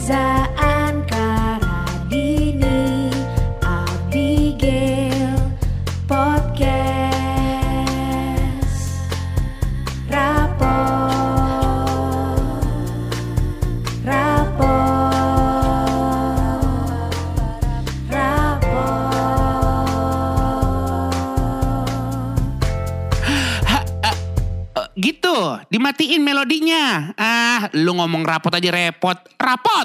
Reza Ankaradini, Abigail Podcast Gitu, dimatiin melodinya. Lu ngomong rapot aja repot. Rapot!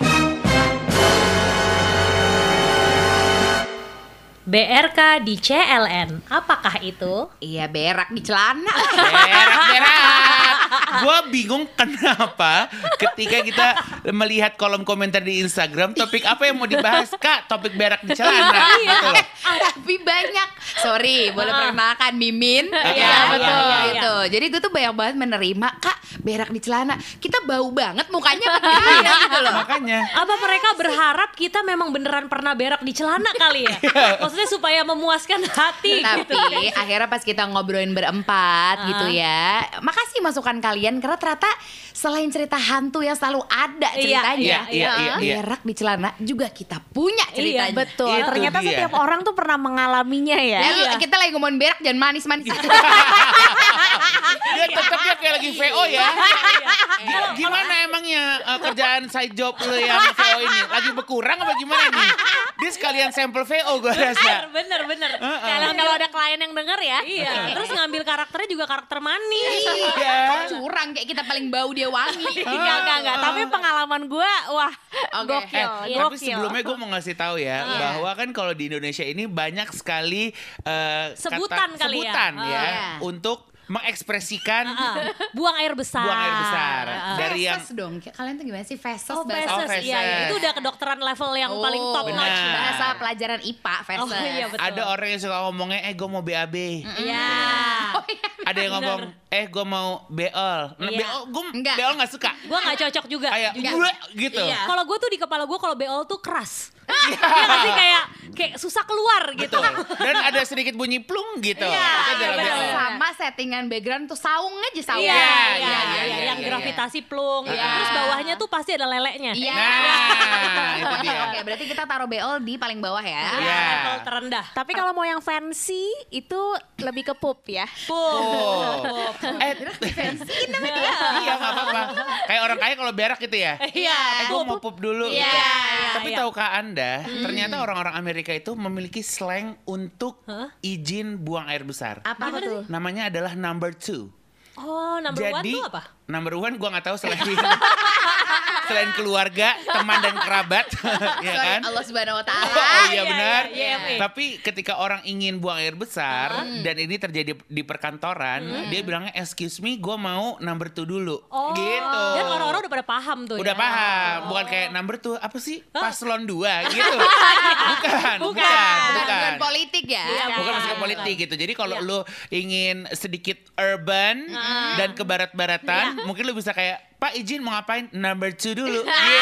BRK di CLN, apakah itu? Iya, berak di celana. Berak. Gue bingung kenapa ketika kita melihat kolom komentar di Instagram, topik apa yang mau dibahas? Kak, topik berak di celana. Gitu. Tapi banyak. Sorry, boleh perkenalkan Mimin. Iya, betul. Gitu. Jadi gue tuh banyak banget menerima, Kak, berak di celana. Kita bau banget mukanya gitu loh. Makanya. Apa mereka berharap kita memang beneran pernah berak di celana kali ya? Maksudnya supaya memuaskan hati gitu. Tapi akhirnya pas kita ngobrolin berempat gitu ya, makasih masukan kalian karena ternyata selain cerita hantu yang selalu ada ceritanya, Iya. berak di celana juga kita punya ceritanya. Iya, betul. Itu Ternyata dia. setiap orang tuh pernah mengalaminya ya. Ya, kita lagi ngomongin berak jangan manis-manis. Dia tetapnya kayak lagi VO ya. Gimana emangnya kerjaan side job lu yang VO ini? Lagi berkurang apa gimana nih? Dia sekalian sampel VO gue rasa. Bener. Kalau ada klien yang denger ya. Iya. Terus ngambil karakternya juga karakter manis. Iya. Curang kayak kita paling bau dia wangi. Enggak. Tapi pengalaman gue, wah, Oke. gokil. Tapi sebelumnya gue mau ngasih tahu ya bahwa kan kalau di Indonesia ini banyak sekali Sebutan kali ya. sebutan ya Iya. untuk mengekspresikan Buang air besar. buang air besar dari yang Feses dong. Kalian tuh gimana sih feses? Oh, bahasa feses. feses. Iya. Itu udah kedokteran level yang paling top benar. notch. bahasa pelajaran IPA feses. Oh iya betul. ada orang yang suka ngomongnya gue mau BAB. Iya. Ada yang ngomong gue mau beol. Nah, Iya. beol gue Enggak. beol nggak suka. Gue gak cocok juga. Kayak Jujur. gue gitu. Iya. Kalau gue tuh di kepala gue kalau beol tuh keras. Iya nggak sih kayak susah keluar gitu. Betul. Dan ada sedikit bunyi plung gitu. Iya, Itu adalah benar. beol. Sama settingan background tuh saung aja saung. Iya, iya, yang iya. gravitasi plung. Iya. Terus bawahnya tuh pasti ada leleknya. Iya. Nah, itu dia. Oke, berarti kita taruh BO di paling bawah ya. Iya. Level terendah. Tapi kalau mau yang fancy itu lebih ke pup ya. Oh. Iya nggak apa-apa. Kayak orang kaya kalau berak gitu ya. Iya. Gue mau pup dulu Iya, gitu. iya, Tapi iya. tahukah Anda, ternyata orang-orang Amerika itu memiliki slang untuk izin buang air besar. Apa tuh? Namanya adalah number 2. Oh, number one Jadi tuh apa? number 1 gue nggak tahu selain keluarga, teman dan kerabat, ya kan? Allah Subhanahu Wa Taala. Oh iya benar. iya. Tapi ketika orang ingin buang air besar dan ini terjadi di perkantoran, dia bilangnya excuse me, gue mau number 2 dulu. Oh. Gitu. Dan orang-orang udah pada paham tuh Udah ya. paham, bukan kayak number 2 apa sih? Paslon 2 gitu. Bukan. Bukan politik ya. Iya, Bukan masuk ke politik gitu. Jadi kalau lu ingin sedikit urban dan ke barat-baratan, mungkin lu bisa kayak Pak izin mau ngapain? Number 2 dulu.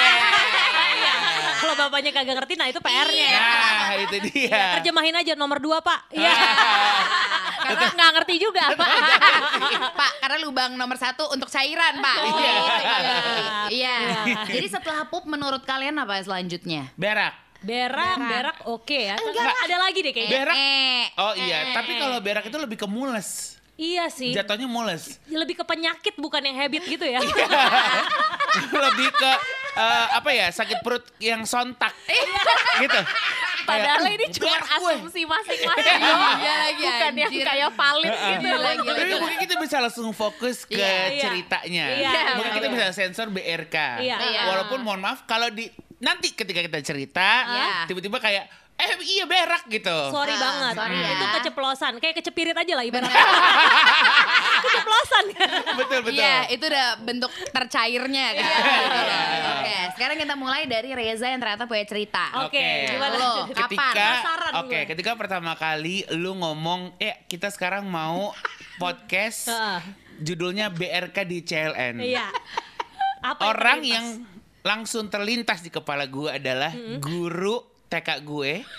Kalau bapaknya kagak ngerti, nah itu PR-nya. Nah, itu dia. Terjemahin aja nomor 2 Pak. Iya. Karena nggak ngerti juga. Pak, karena lubang nomor 1 untuk cairan, Pak. Iya. Iya. Jadi setelah pup menurut kalian apa selanjutnya? Berak. Berak oke ya. Ada lagi deh kayaknya. Berak. Oh iya, tapi kalau berak itu lebih ke mules. Iya sih. Jatuhnya mules. Lebih ke penyakit bukan yang habit gitu ya. Lebih ke apa ya, sakit perut yang sontak. Gitu. Padahal ini cuma berak gue. asumsi masing-masing. Iya lagi, Bukan yang anjir. kayak valid gitu. Tapi mungkin kita bisa langsung fokus ke Iya. ceritanya. Iya, Mungkin kita betul. bisa sensor BRK. Iya. Walaupun mohon maaf kalau nanti ketika kita cerita tiba-tiba kayak iya berak gitu. Sorry banget. sorry ya. Itu keceplosan. Kayak kecepirit aja lah ibaratnya. Keceplosan. Betul. Iya, itu udah bentuk tercairnya kan. Oke, sekarang kita mulai dari Reza yang ternyata punya cerita. Oke, gimana? Lo, kapan? Penasaran gue. Ketika pertama kali lu ngomong, kita sekarang mau podcast judulnya BRK di CLN. Iya. Apa Orang terlintas? yang langsung terlintas di kepala gue adalah guru TK gue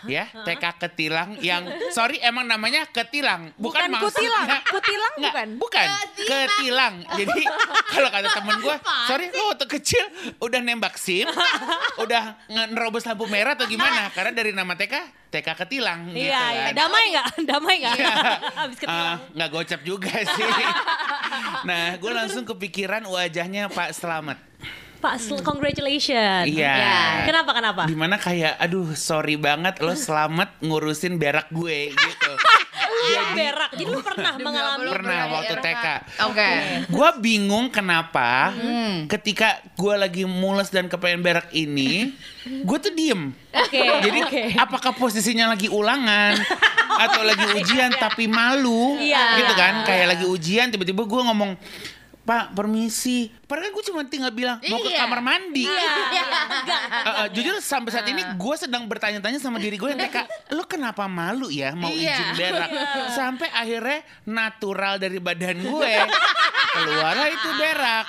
ya, TK Ketilang yang sorry emang namanya Ketilang, bukan kutilang. maksudnya. Kutilang Nggak, bukan? Ketilang. Jadi kalau kata temen gue, sorry lu waktu kecil udah nembak SIM, udah nerobos lampu merah atau gimana? Karena dari nama TK Ketilang gitu Iya, kan. damai nggak? Habis ketilang. Nggak gocap juga sih. Nah, gue langsung kepikiran wajahnya Pak Slamet. Pak, congratulations. Iya. Kenapa? Dimana kayak, aduh sorry banget lo selamat ngurusin berak gue gitu. Berak. Jadi lu pernah mengalami Pernah waktu TK. Oke. Gue bingung kenapa ketika gue lagi mules dan kepengen berak ini, gue tuh diem. Oke. Jadi apakah posisinya lagi ulangan atau lagi ujian tapi malu, Iya. gitu kan? Kayak lagi ujian tiba-tiba gue ngomong, Pak permisi. Padahal gue cuma tinggal bilang mau ke kamar mandi. Jujur sampai saat ini gue sedang bertanya-tanya sama diri gue yang TK, lo kenapa malu ya mau izin berak? Sampai akhirnya natural dari badan gue keluarlah itu berak.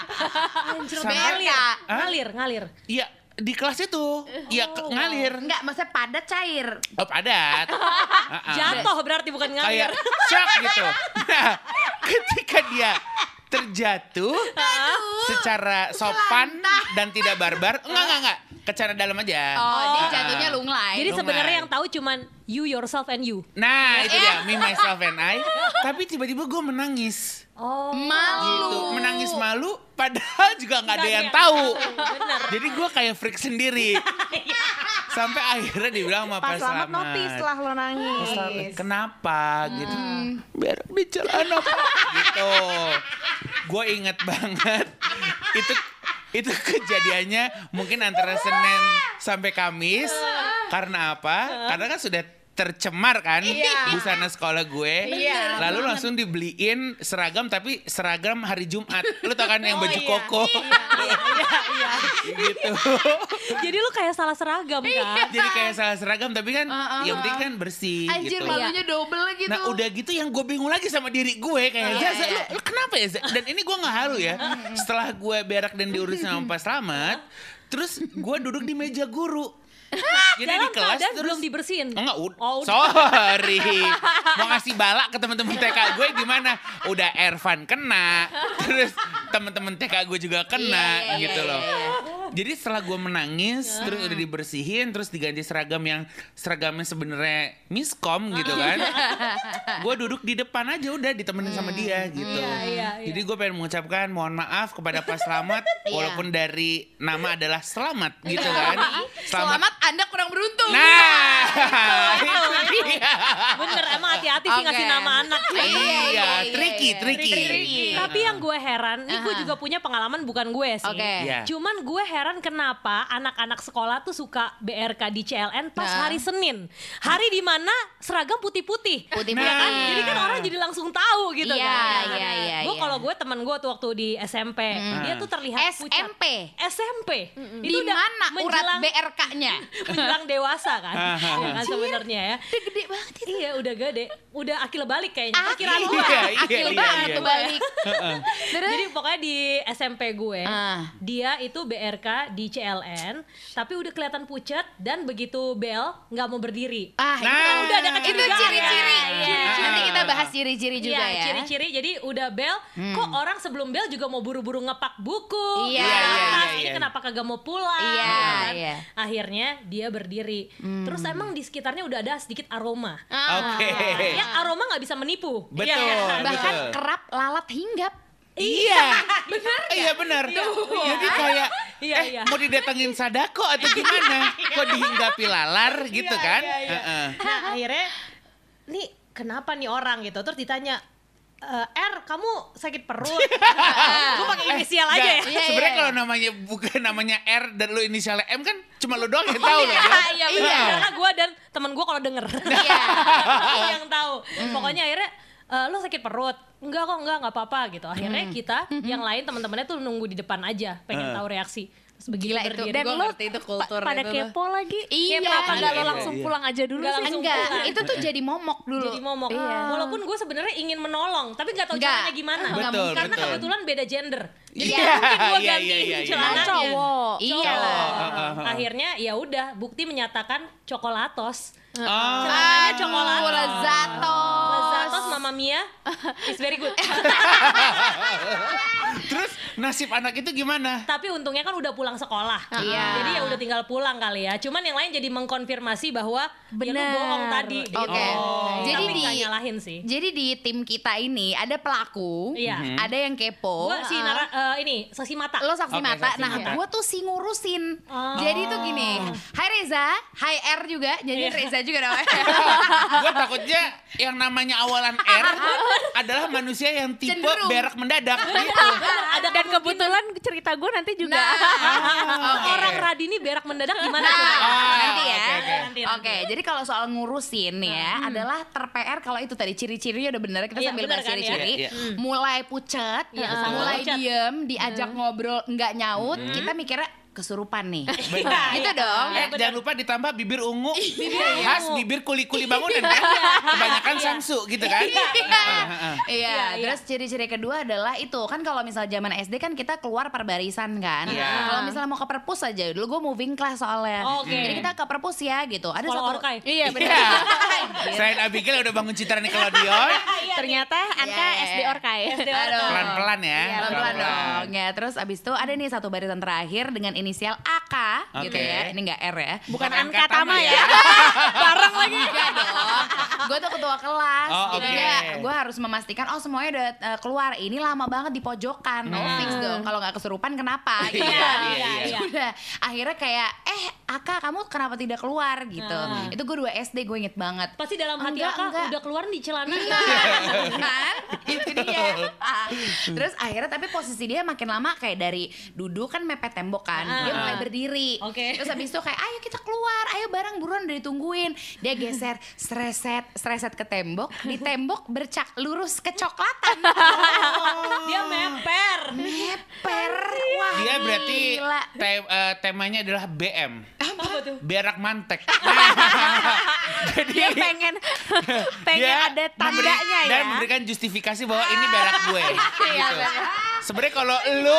Ngalir. Iya di kelas itu, iya ngalir. Enggak, maksudnya padat cair. Oh padat. Jatuh berarti bukan ngalir. Kayak shock gitu. Nah, ketika dia terjatuh secara sopan dan tidak barbar, enggak, ke cara dalam aja. Oh, dia jatuhnya lunglai. Jadi Lunglai. sebenarnya yang tahu cuman you, yourself, and you. Nah, itu dia, me, myself, and I. Tapi tiba-tiba gue menangis. Oh, Gitu, menangis malu, padahal juga nggak ada yang tahu. Bener. Jadi gue kayak freak sendiri. Sampai akhirnya dibilang sama Pak Pak Slamet Slamet. notice lah lo nangis. Slamet, kenapa gitu? Berak di celana Pak. Gitu. Gue inget banget itu kejadiannya mungkin antara Senin sampai Kamis. Karena apa? Karena kan sudah tercemar kan busana sekolah gue. Lalu langsung dibeliin seragam, tapi seragam hari Jumat. Lu tau kan yang baju koko. Iya. Gitu. Jadi lu kayak salah seragam kan? Jadi kayak salah seragam, tapi kan yang penting kan bersih. Anjir, gitu. malunya double gitu. Nah udah gitu yang gue bingung lagi sama diri gue kayak Zaza, lu kenapa ya Zaza? Dan ini gue nggak halu ya. Setelah gue berak dan diurus sama Pak Slamet, terus gue duduk di meja guru. Jadi Dalam di kelas keadaan terus belum dibersihin. enggak, Oh, udah. sorry. Mau ngasih balak ke teman-teman TK gue gimana? Udah Ervan kena, terus teman-teman TK gue juga kena gitu loh. Jadi setelah gue menangis, terus udah dibersihin, terus diganti seragamnya sebenarnya miskom gitu kan. Gue duduk di depan aja udah ditemenin sama dia gitu. Iya. Jadi gue pengen mengucapkan mohon maaf kepada Pak Slamet, walaupun dari nama adalah Selamat gitu kan. Selamat, Anda kurang beruntung. Nah, itu dia. Bener, emang hati-hati sih ngasih nama anak. Iya, tricky. Tapi yang gue heran, ini gue juga punya pengalaman bukan gue sih. Oke. Iya. Cuman gue heran kenapa anak-anak sekolah tuh suka BRK di CLN pas hari Senin. Hari dimana seragam putih-putih. Putih-putih. Ya kan? Jadi kan orang jadi langsung tahu gitu Iya, kan. iya. Gue kalau gue temen gue tuh waktu di SMP, dia tuh terlihat pucat. SMP. Di Itu udah mana urat menjelang BRK-nya? menjelang dewasa kan. Ya kan sebenarnya ya. Udah gede banget itu. Iya udah gede, udah akil balik kayaknya. Perkiraan iya, gue. iya, Akil iya, banget iya. tuh balik. Jadi pokoknya di SMP gue, Ah. dia itu BRK di CLN, tapi udah kelihatan pucat dan begitu bel nggak mau berdiri. Ah, Nah, itu udah ada itu kecurigaan. ciri-ciri. Iya. Nanti kita bahas ciri-ciri juga Iya, ya. ciri-ciri. Jadi udah bel, kok orang sebelum bel juga mau buru-buru ngepak buku. Iya, di atas. iya. Ini kenapa kagak mau pulang? Iya, kan? iya. Akhirnya dia berdiri. Terus emang di sekitarnya udah ada sedikit aroma. Oke. Yang aroma nggak bisa menipu. Betul. Iya kan? Bahkan Betul. kerap lalat hinggap. Iya. Iya benar. Jadi kayak Iya. mau didatengin Sadako atau gimana? Kok dihinggapi lalar gitu kan? Iya. Heeh. Nah akhirnya, nih kenapa nih orang gitu? Terus ditanya, R, kamu sakit perut? Gue pakai inisial aja ya. Nggak, sebenarnya kalau namanya bukan namanya R dan lu inisialnya M kan cuma lu doang yang tahu loh. Iya, Iya, karena gue dan temen gue kalau denger Iya. yang tahu. Pokoknya akhirnya lo sakit perut? Enggak kok, enggak apa-apa gitu. Akhirnya kita yang lain teman-temannya tuh nunggu di depan aja, pengen tahu reaksi. Terus begitu Gila itu. berdiri. Dan Gua lo ngerti itu kultur pada itu. kepo lagi. Iya. Kepo apa nggak lo Iya, langsung iya. pulang aja dulu Nggak sih? langsung Enggak, pulang. itu tuh jadi momok dulu. Jadi momok. Iya. Walaupun gue sebenarnya ingin menolong, tapi nggak tahu Nggak. caranya gimana. Betul, Karena betul. kebetulan beda gender. Jadi Iya, mungkin gue iya, ganti iya, iya. celananya. Cowok. Iya lah. akhirnya ya udah bukti menyatakan coklatos. Oh. Celananya coklatos. Lezatos. Mamma Mia is very good. Terus nasib anak itu gimana? Tapi untungnya kan udah pulang sekolah. Iya. Jadi ya udah tinggal pulang kali ya. Cuman yang lain jadi mengkonfirmasi bahwa ya lu bohong tadi. Gitu. Oke. Jadi Tapi nggak nyalahin sih. Jadi di tim kita ini ada pelaku, Iya. ada yang kepo. Gua si ini saksi mata. Lo saksi Oke, mata. saksi Nah, mata. gue tuh si ngurusin. Oh. Jadi tuh gini, Hai Reza, Hai R juga. Jadi Reza juga namanya. Gue takutnya yang namanya awalan R adalah manusia yang tipe Cenderung. berak mendadak gitu. Dan kebetulan cerita gue nanti juga. Orang Radini berak mendadak gimana Nah, coba? nanti ya. Nanti. Oke, jadi kalau soal ngurusin ya adalah ter-PR kalau itu tadi ciri-cirinya udah bener, kita Iya, sambil bener bahas kan, ya? ciri-ciri. Iya, Mulai pucet, Iya, sama mulai pucet. diem, diajak ngobrol nggak nyaut, kita mikirnya kesurupan nih. Benar. Gitu dong. Jangan lupa ditambah bibir ungu, khas bibir kuli-kuli bangunan kan. Kebanyakan samsu gitu kan. Iya, terus ciri-ciri kedua adalah itu kan kalau misalnya zaman SD kan kita keluar per barisan kan. Iya. Kalau misalnya mau ke perpus aja, dulu gue moving class soalnya. Oke. Jadi kita ke perpus ya gitu. Ada Sekolah satu Orkai. Iya benar. Iya. Selain Abigail udah bangun Citra Nickelodeon, Ternyata Anka Iya. SD Orkai. Aduh. pelan-pelan ya. Iya, pelan-pelan dong. Ya, terus abis itu ada nih satu barisan terakhir dengan inisial AK gitu Oke. ya. Ini enggak R ya. Bukan Bukan Anka Tama ya. Bareng lagi. Enggak dong. Gue tuh ketua kelas. Oh, Jadi oke. ya gue harus memastikan semuanya udah keluar. Ini lama banget di pojokan. Fix dong. Kalau nggak kesurupan kenapa? Gitu. Iya. Udah akhirnya kayak AK kamu kenapa tidak keluar gitu. Itu gue 2 SD gue inget banget. Pasti dalam hati Enggak, Aka enggak. udah keluar di celana. Kan itu dia. Terus akhirnya tapi posisi dia makin lama kayak dari duduk kan mepet tembok kan, dia mulai berdiri. Oke. Terus habis itu kayak ayo kita keluar, ayo barang buruan udah ditungguin. Dia geser streset ke tembok, di tembok lurus kecoklatan. Dia meper. Meper. Wah, Dia berarti gila. temanya adalah BM. Apa tuh? Berak mantek. Jadi Dia pengen dia ada tandanya dan ya. memberikan justifikasi bahwa ini berak gue. Iya, gitu. Sebenarnya kalau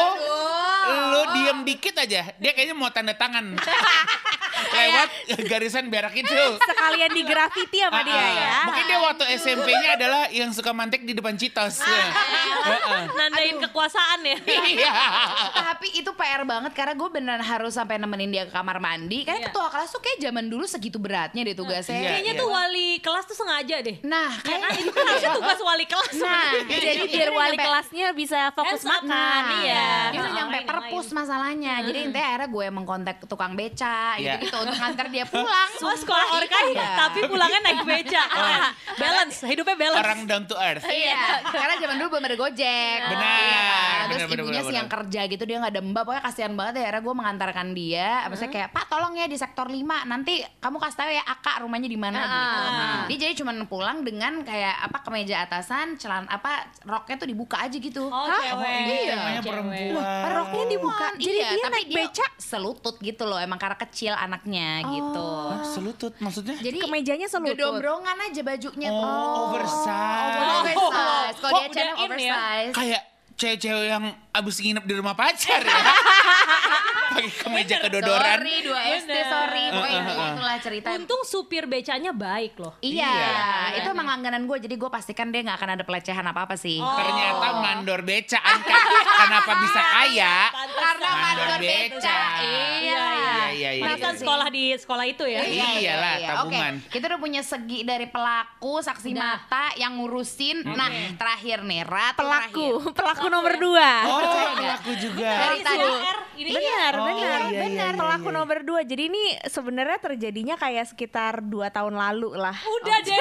lu diem dikit aja, dia kayaknya mau tanda tangan lewat garisan berak itu. Sekalian di graffiti sama dia ya. Mungkin dia waktu SMP-nya adalah yang suka mantek di depan Citos. Nandain kekuasaan ya. Iya. Tapi itu PR banget karena gue beneran harus sampai nemenin dia ke kamar mandi. Karena Iya. ketua kelas tuh kayak zaman dulu segitu beratnya deh tugasnya. Iya. Kayaknya tuh wali kelas tuh sengaja deh. Nah, Ya kan itu kan harusnya tugas wali kelas. Nah, Jadi biar wali kelasnya bisa fokus Hands up. makan. Nah, Iya. Dia udah nyampe Yang perpus masalahnya. Jadi intinya akhirnya gue mengkontak tukang beca Iya. gitu-gitu untuk nganter dia pulang. Oh sekolah Orkai Iya. tapi pulangnya naik beca. Balance, hidupnya balance. Orang down to earth. Iya, karena zaman dulu belum ada Gojek. Benar, Iya kan? Terus benar, ibunya benar, sih yang kerja gitu, dia gak ada mbak. Pokoknya kasihan banget ya, akhirnya gue mengantarkan dia. Maksudnya kayak, Pak tolong ya di sektor 5. Nanti kamu kasih tahu ya Aka rumahnya di mana gitu. Dia jadi cuma pulang dengan kayak kemeja atasan, roknya tuh dibuka aja gitu. Oh, cewek. Ini Iya. namanya Cewek. perempuan. Roknya dibuka. Jadi Iya, dia tapi naik beca. selutut gitu loh, emang karena kecil anaknya gitu. Hah, selutut maksudnya? Jadi Kemejanya selutut. gedombrongan aja bajunya tuh. Oversize. Oversize. Kalau Kok dia H&M udah in ya? oversize. Kayak cewek-cewek yang abis nginep di rumah pacar ya. Pakai kemeja kedodoran. Sorry 2 SD Bener. sorry. Pokoknya itulah cerita. Untung supir becanya baik loh. Iya, Iya. itu emang langganan gue. Jadi gue pastikan dia nggak akan ada pelecehan apa-apa sih. Ternyata mandor beca Anka. Kenapa bisa kaya? Karena mandor Mandor beca. beca. Iya. Iya. Perasaan sekolah di sekolah itu ya. Iyalah, tabungan. Oke, kita udah punya segi dari pelaku, saksi mata yang ngurusin. Nah, terakhir nih, Ratu Pelaku nomor 2. Oh, pelaku juga. Dari tadi. Ini Benar, Oh, benar, iya, benar. iya, Pelaku iya. nomor 2. Jadi ini sebenarnya terjadinya kayak sekitar 2 tahun lalu lah. udah deh.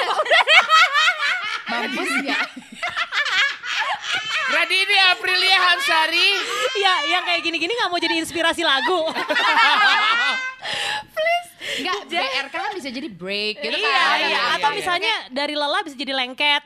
Mampus ya. Radini Aprilia Hamsari. Ya, yang kayak gini-gini nggak mau jadi inspirasi lagu. Enggak, BRK kan bisa jadi break gitu Iya, kan. iya. Atau misalnya dari lelah bisa jadi lengket.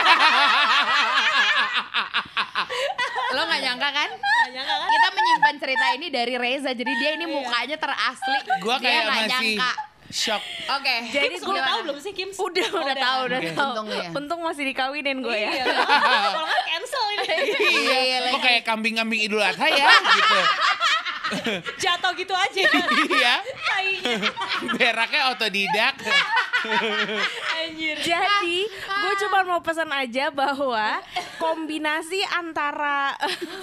Lo gak nyangka kan? nyangka kan? Kita menyimpan cerita ini dari Reza. Jadi dia ini mukanya terasli. Gua Dia kayak nggak masih nyangka. shock. Oke. Jadi udah tahu belum sih Kim? Udah tahu, udah Oke. tahu. Untung ya. Untung masih dikawinin gue ya. Iya. Kalau nggak cancel ini. Iya, kok kayak kambing-kambing Idul Adha ya gitu. Jatuh gitu aja. Iya. Tainya. Beraknya otodidak. Anjir. Jadi gue cuma mau pesan aja bahwa kombinasi antara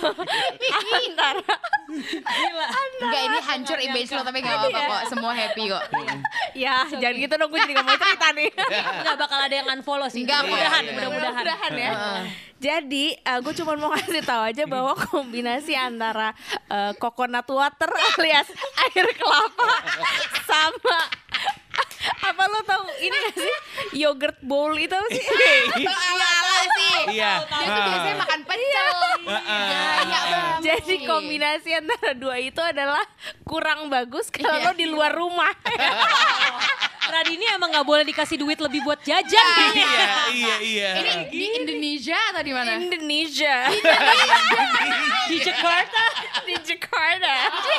Gila. Enggak, ini hancur image lo tapi gak apa-apa kok. Semua happy kok. ya jangan gitu dong, gue jadi gak mau cerita nih. Nggak bakal ada yang unfollow sih. Enggak, Mudah-mudahan, iya. mudah-mudahan. Ya. Jadi gue cuma mau kasih tahu aja bahwa kombinasi antara coconut water alias air kelapa sama apa lo tau ini gak sih yogurt bowl itu apa sih? Ala-ala sih. Iya. Dia tuh biasanya makan pecel. Gaya banget. Jadi kombinasi antara dua itu adalah kurang bagus kalau lo di luar rumah. Radini emang nggak boleh dikasih duit lebih buat jajan. Iya. Ini di Indonesia atau di mana? Indonesia. Di Jakarta. Di Jakarta.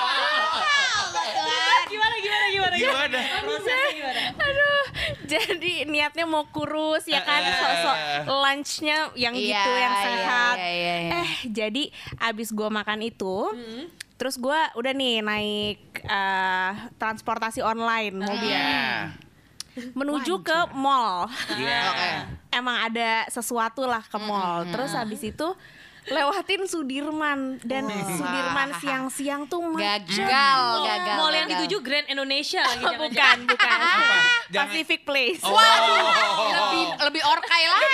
Gimana? Prosesnya gimana? Aduh, jadi niatnya mau kurus ya kan, sok-sok lunchnya yang Iya, gitu yang sehat. iya. Jadi abis gue makan itu, terus gue udah nih naik transportasi online mobil menuju ke mall. Iya. Emang ada sesuatu lah ke mall. Terus habis itu lewatin Sudirman dan Sudirman siang-siang tuh macet. Gagal. Mall yang dituju Grand Indonesia lagi jangan-jangan. Bukan. Jangan- Pacific Place. Lebih orkai lagi.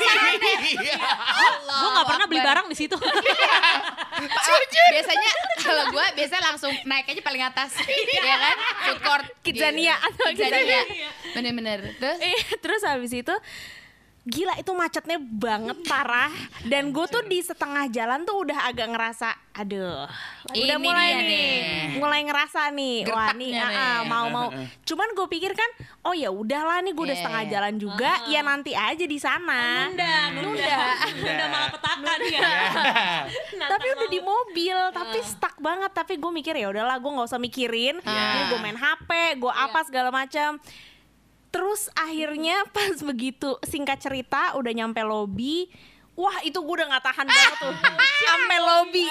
Gue nggak pernah beli barang di situ. Biasanya kalau gue biasanya langsung naik aja paling atas. Ya kan? Food court Kidzania gitu. atau Kidzania. Bener-bener. Terus Terus habis itu gila itu macetnya banget parah. Dan gue tuh di setengah jalan tuh udah agak ngerasa aduh udah Ini mulai dia nih nih. mulai ngerasa nih wah nih Gertaknya nih. mau cuman gue pikir kan oh ya udahlah nih gue udah Iya. setengah jalan juga ya nanti aja di sana. Nunda malah petakan ya. Tapi udah di mobil tapi stuck banget. Tapi gue mikir ya udahlah gue nggak usah mikirin ini gue main HP gue apa segala macam. Terus akhirnya pas begitu singkat cerita udah nyampe lobi, wah itu gue udah nggak tahan banget tuh sampai lobi.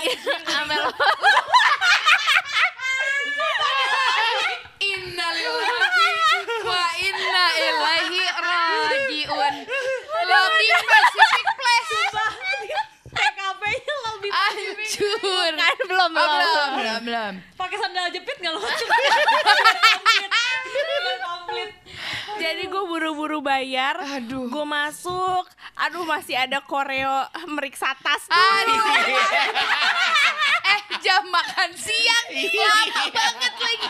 Innalillahi wa inna ilaihi rajiun. Lobby Pacific Place. PKP-nya lebih Hancur. Kan belum. pakai sandal jepit nggak lo? Komplit. Jadi gue buru-buru bayar, gue masuk, aduh masih ada koreo meriksa tas tuh. Jam makan siang lama banget lagi.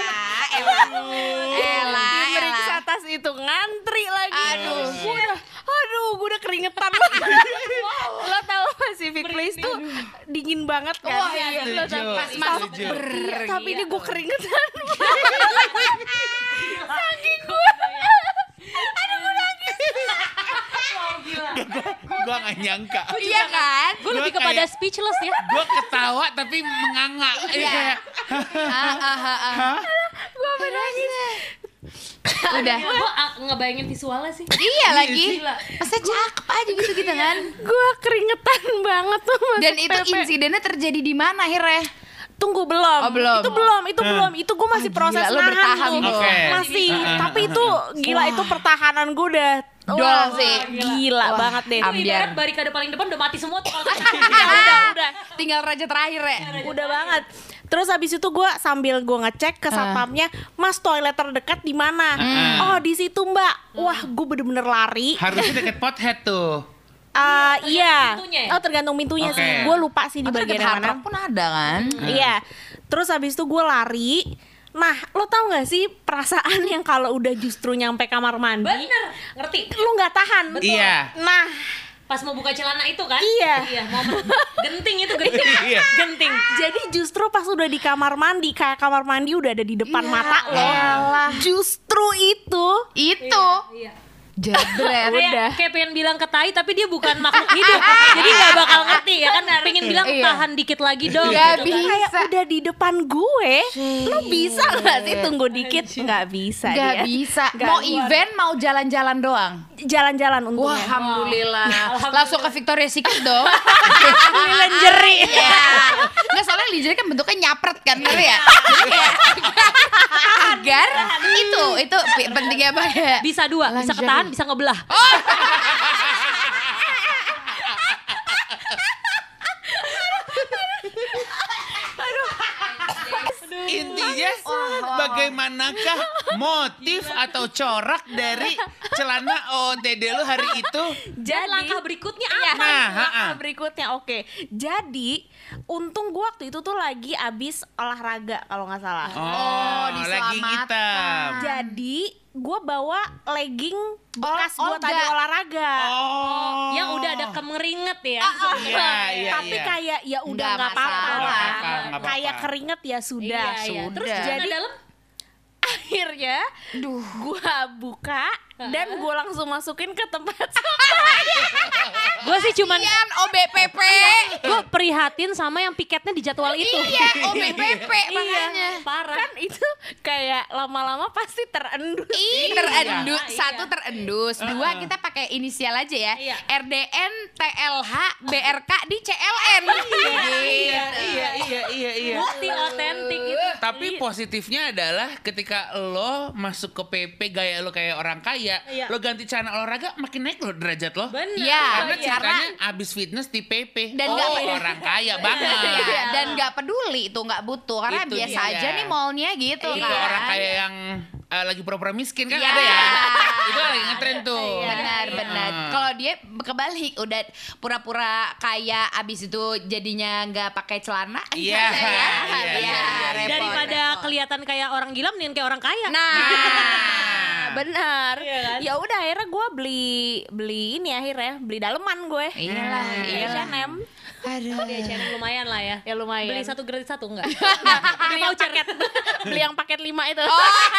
Elah. Di meriksa tas itu ngantri lagi. Gue udah keringetan. Lo tau Pacific Place tuh dingin banget kan? Wah, iya. Lo tau pas masuk Setuju. tapi ini gue keringetan. Saking Gue gak nyangka. Iya kan? Gue lebih Gua kepada kayak- speechless ya. Gue ketawa tapi menganga. Iya. gue menangis. Udah. Gue ngebayangin visualnya sih. Iya lagi. Gila. Masa cakep aja gitu kan. Gue keringetan banget tuh masuk Dan itu PP. insidennya terjadi di mana akhirnya? Tunggu belum. Oh, belum. Itu belum. Itu gue masih proses gila, lo nahan bertahan tuh. tuh. Oke. Masih. Tapi itu gila itu pertahanan gue udah Dol wah, sih. Gila Wah, banget deh. am- Ibarat barikade paling depan udah mati semua tuh. udah. Tinggal raja terakhir ya. Udah banget. Terus habis itu gue sambil gue ngecek ke satpamnya, Mas toilet terdekat di mana? Oh di situ Mbak. Wah gue bener-bener lari. Harusnya deket pothead tuh. Iya. pintunya ya? Oh tergantung pintunya Oke. sih. Gue lupa sih di Tapi bagian deket yang Hard mana. Rock pun ada kan. Iya. Terus habis itu gue lari. Nah, lo tau gak sih perasaan yang kalau udah justru nyampe kamar mandi, Bener, ngerti. lo nggak tahan. Iya. Nah, Pas mau buka celana itu kan? Iya. Momen genting itu genting. Iya. Genting. jadi justru pas udah di kamar mandi, kayak kamar mandi udah ada di depan mata lo. elah. Justru itu Itu. Iya. Jebret. Kayak pengen bilang ke tai tapi dia bukan makhluk hidup. Jadi gak bakal ngerti ya kan. Pengen bilang Iya. tahan dikit lagi dong. Gak gitu kan. bisa. Kayak udah di depan gue, lo bisa nggak sih tunggu dikit? Nggak bisa Gak dia. bisa. Nggak Mau kuat. event, mau jalan-jalan doang. Jalan-jalan Wah, untungnya. alhamdulillah. Langsung ke Victoria's Secret dong. Beli lingerie. Iya. Nggak, soalnya lingerie kan bentuknya nyapret kan, ngerti ya? Jadi kayak agar itu pentingnya banget. Bisa dua, bisa Lingerie. ketahan, bisa ngebelah. Intinya bagaimanakah motif atau corak dari celana OOTD lu hari itu? Dan langkah berikutnya Iya, apa? Nah, langkah berikutnya oke. Jadi untung gue waktu itu tuh lagi abis olahraga kalau nggak salah. Oh, legging diselamatkan. hitam. Jadi gue bawa legging bekas gue Olga. tadi olahraga. Oh. Yang udah ada kemeringet ya. Iya. Tapi kayak ya udah Nggak nggak apa-apa masalah. lah. Nggak apa-apa. Kayak keringet ya sudah. Iya. Terus Sudah. celana Jadi- dalam? Akhirnya gue buka dan gue langsung masukin ke tempat Gue sih cuman Kasian OBPP. gue prihatin sama yang piketnya di jadwal itu. Iya, OBPP makanya. Parah. kan itu kayak lama-lama pasti terendus. Ih, terendus. Iya. Satu terendus. Dua kita pakai inisial aja ya. Iya. RDN, TLH, BRK di CLN. Iya. Bukti otentik itu. Tapi positifnya adalah ketika lo masuk ke PP gaya lo kayak orang kaya, Iya. lo ganti celana olahraga makin naik lo derajat lo. Bener. Iya. Karena Iya. ceritanya abis fitness di PP. Dan oh, nggak- orang kaya banget. Iya, dan nggak peduli itu nggak butuh karena Itu biasa dia. aja nih mallnya gitu Itu kan. orang kaya yang lagi pura-pura miskin kan Iya. ada ya. Itu lagi ngetren tuh. Benar. Kalau dia kebalik udah pura-pura kaya abis itu jadinya nggak pakai celana. Iya, iya. repot, Daripada repot. kelihatan kayak orang gila mending kayak orang kaya. Nah, Benar. Iya kan? Ya udah akhirnya gue beli ini akhirnya beli daleman gue. Iyalah, iyalah. H&M. aduh. Di H&M lumayan lah ya. Ya lumayan. Beli satu gratis satu enggak? beli yang paket beli yang paket 5 itu.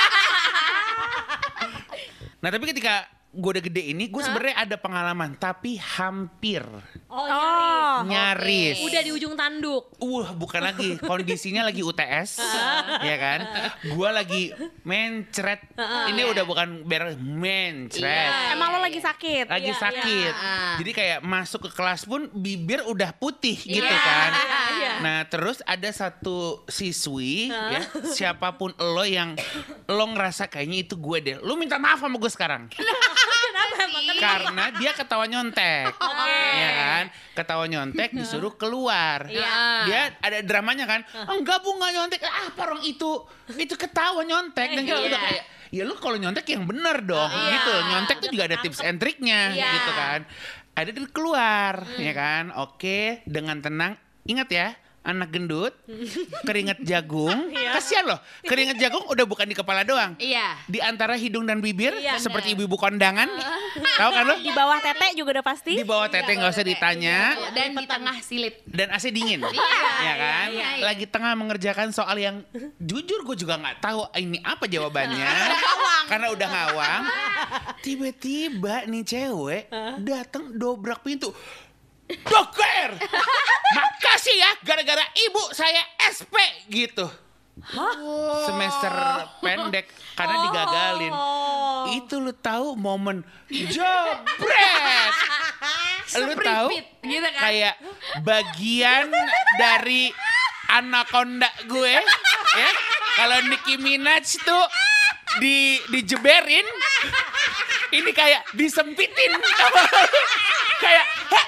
Nah tapi ketika gue udah gede ini, gue sebenarnya ada pengalaman tapi hampir Oh, Oh. nyaris. Udah di ujung tanduk. Bukan lagi. Kondisinya lagi UTS, ya kan? Gua lagi mencret. Ini udah bukan mencret. Emang lo lagi sakit? Lagi Iya, sakit. iya. Jadi kayak masuk ke kelas pun bibir udah putih gitu kan. Iya. Nah, terus ada satu siswi ya, siapapun lo yang lo ngerasa kayaknya itu gue deh. Lo minta maaf sama gue sekarang. Karena dia ketawa nyontek. Ya kan? Ketawa nyontek disuruh keluar. Iya. Dia ada dramanya kan. Enggak Bu, enggak nyontek. Apa orang itu ketawa nyontek dan kita udah kayak ya lu kalau nyontek yang bener dong gitu. Nyontek tuh juga ada tips and triknya gitu kan. Ada dia keluar ya kan. Oke, dengan tenang. Ingat ya, anak gendut, keringet jagung, kasihan loh, keringet jagung udah bukan di kepala doang, Iya. di antara hidung dan bibir, Iya, seperti ibu-ibu kondangan, tahu kan lo? Di bawah tete juga udah pasti. Di bawah tete nggak usah ditanya, Dan di tengah silit. dan AC dingin, ya kan? Lagi tengah mengerjakan soal yang jujur gue juga nggak tahu ini apa jawabannya, karena udah ngawang. Tiba-tiba nih cewek datang dobrak pintu. Dokter, makasih ya, gara-gara ibu saya SP gitu. Semester pendek karena digagalin. Itu lu tahu momen jebret. Lu tahu gitu kan? kayak bagian dari anaconda gue ya. Kalau Nicki Minaj tuh dijeberin, ini kayak disempitin. Kayak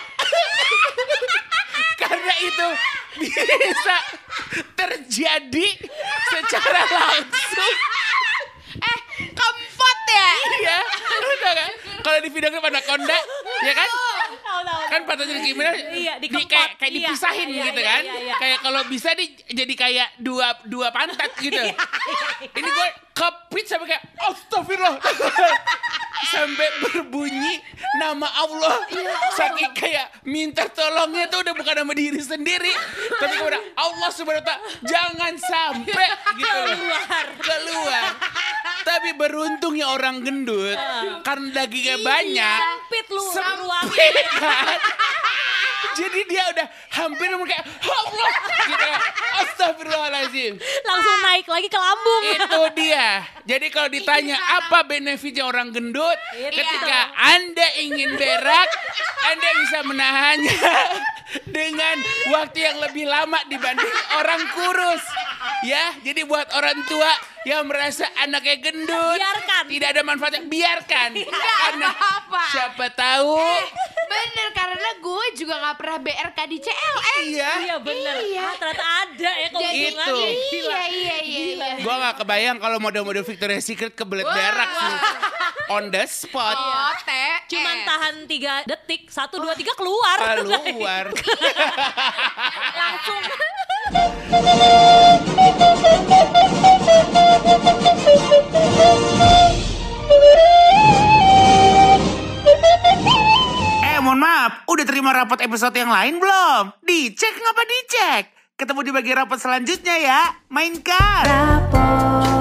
karena itu bisa terjadi secara langsung. Kempot ya. Iya, lu tau kan? Kalau di video klip Anaconda, ya kan? Kan patahnya Nicki Minaj Iya, dikempot. kayak Iya, dipisahin iya, gitu iya, kan? iya. Kayak kalau bisa jadi kayak dua pantat gitu. Ini gue kepit sampai kayak astagfirullah. Sampai berbunyi nama Allah. Saking kayak minta tolongnya tuh udah bukan nama diri sendiri, tapi kepada Allah Subhanahu wa taala, jangan sampai gitu loh. Keluar. Tapi beruntungnya orang gendut karena dagingnya banyak. Sempit lu ruangnya. Sempit kan? Jadi dia udah hampir kayak Allah gitu ya. Astagfirullahaladzim. Langsung naik lagi ke lambung. Itu dia. Jadi kalau ditanya apa benefitnya orang gendut, ketika Anda ingin berak, Anda bisa menahannya dengan waktu yang lebih lama dibanding orang kurus. Ya, jadi buat orang tua yang merasa anaknya gendut, Biarkan. tidak ada manfaatnya, biarkan. Karena apa-apa. siapa tahu. Bener, karena gue juga gak pernah BRK di CLN. Iya bener. Ah, ternyata ada ya keuntungannya. Itu. Iya. Gua gak kebayang kalau model-model Victoria's Secret kebelet berak sih. On the spot. Oh, Cuman tahan 3 detik, 1, 2, 3 keluar. Keluar. Langsung. Mohon maaf, udah terima rapot episode yang lain belum? Dicek ngapa dicek? Ketemu di bagian rapot selanjutnya ya. Mainkan. Rapot.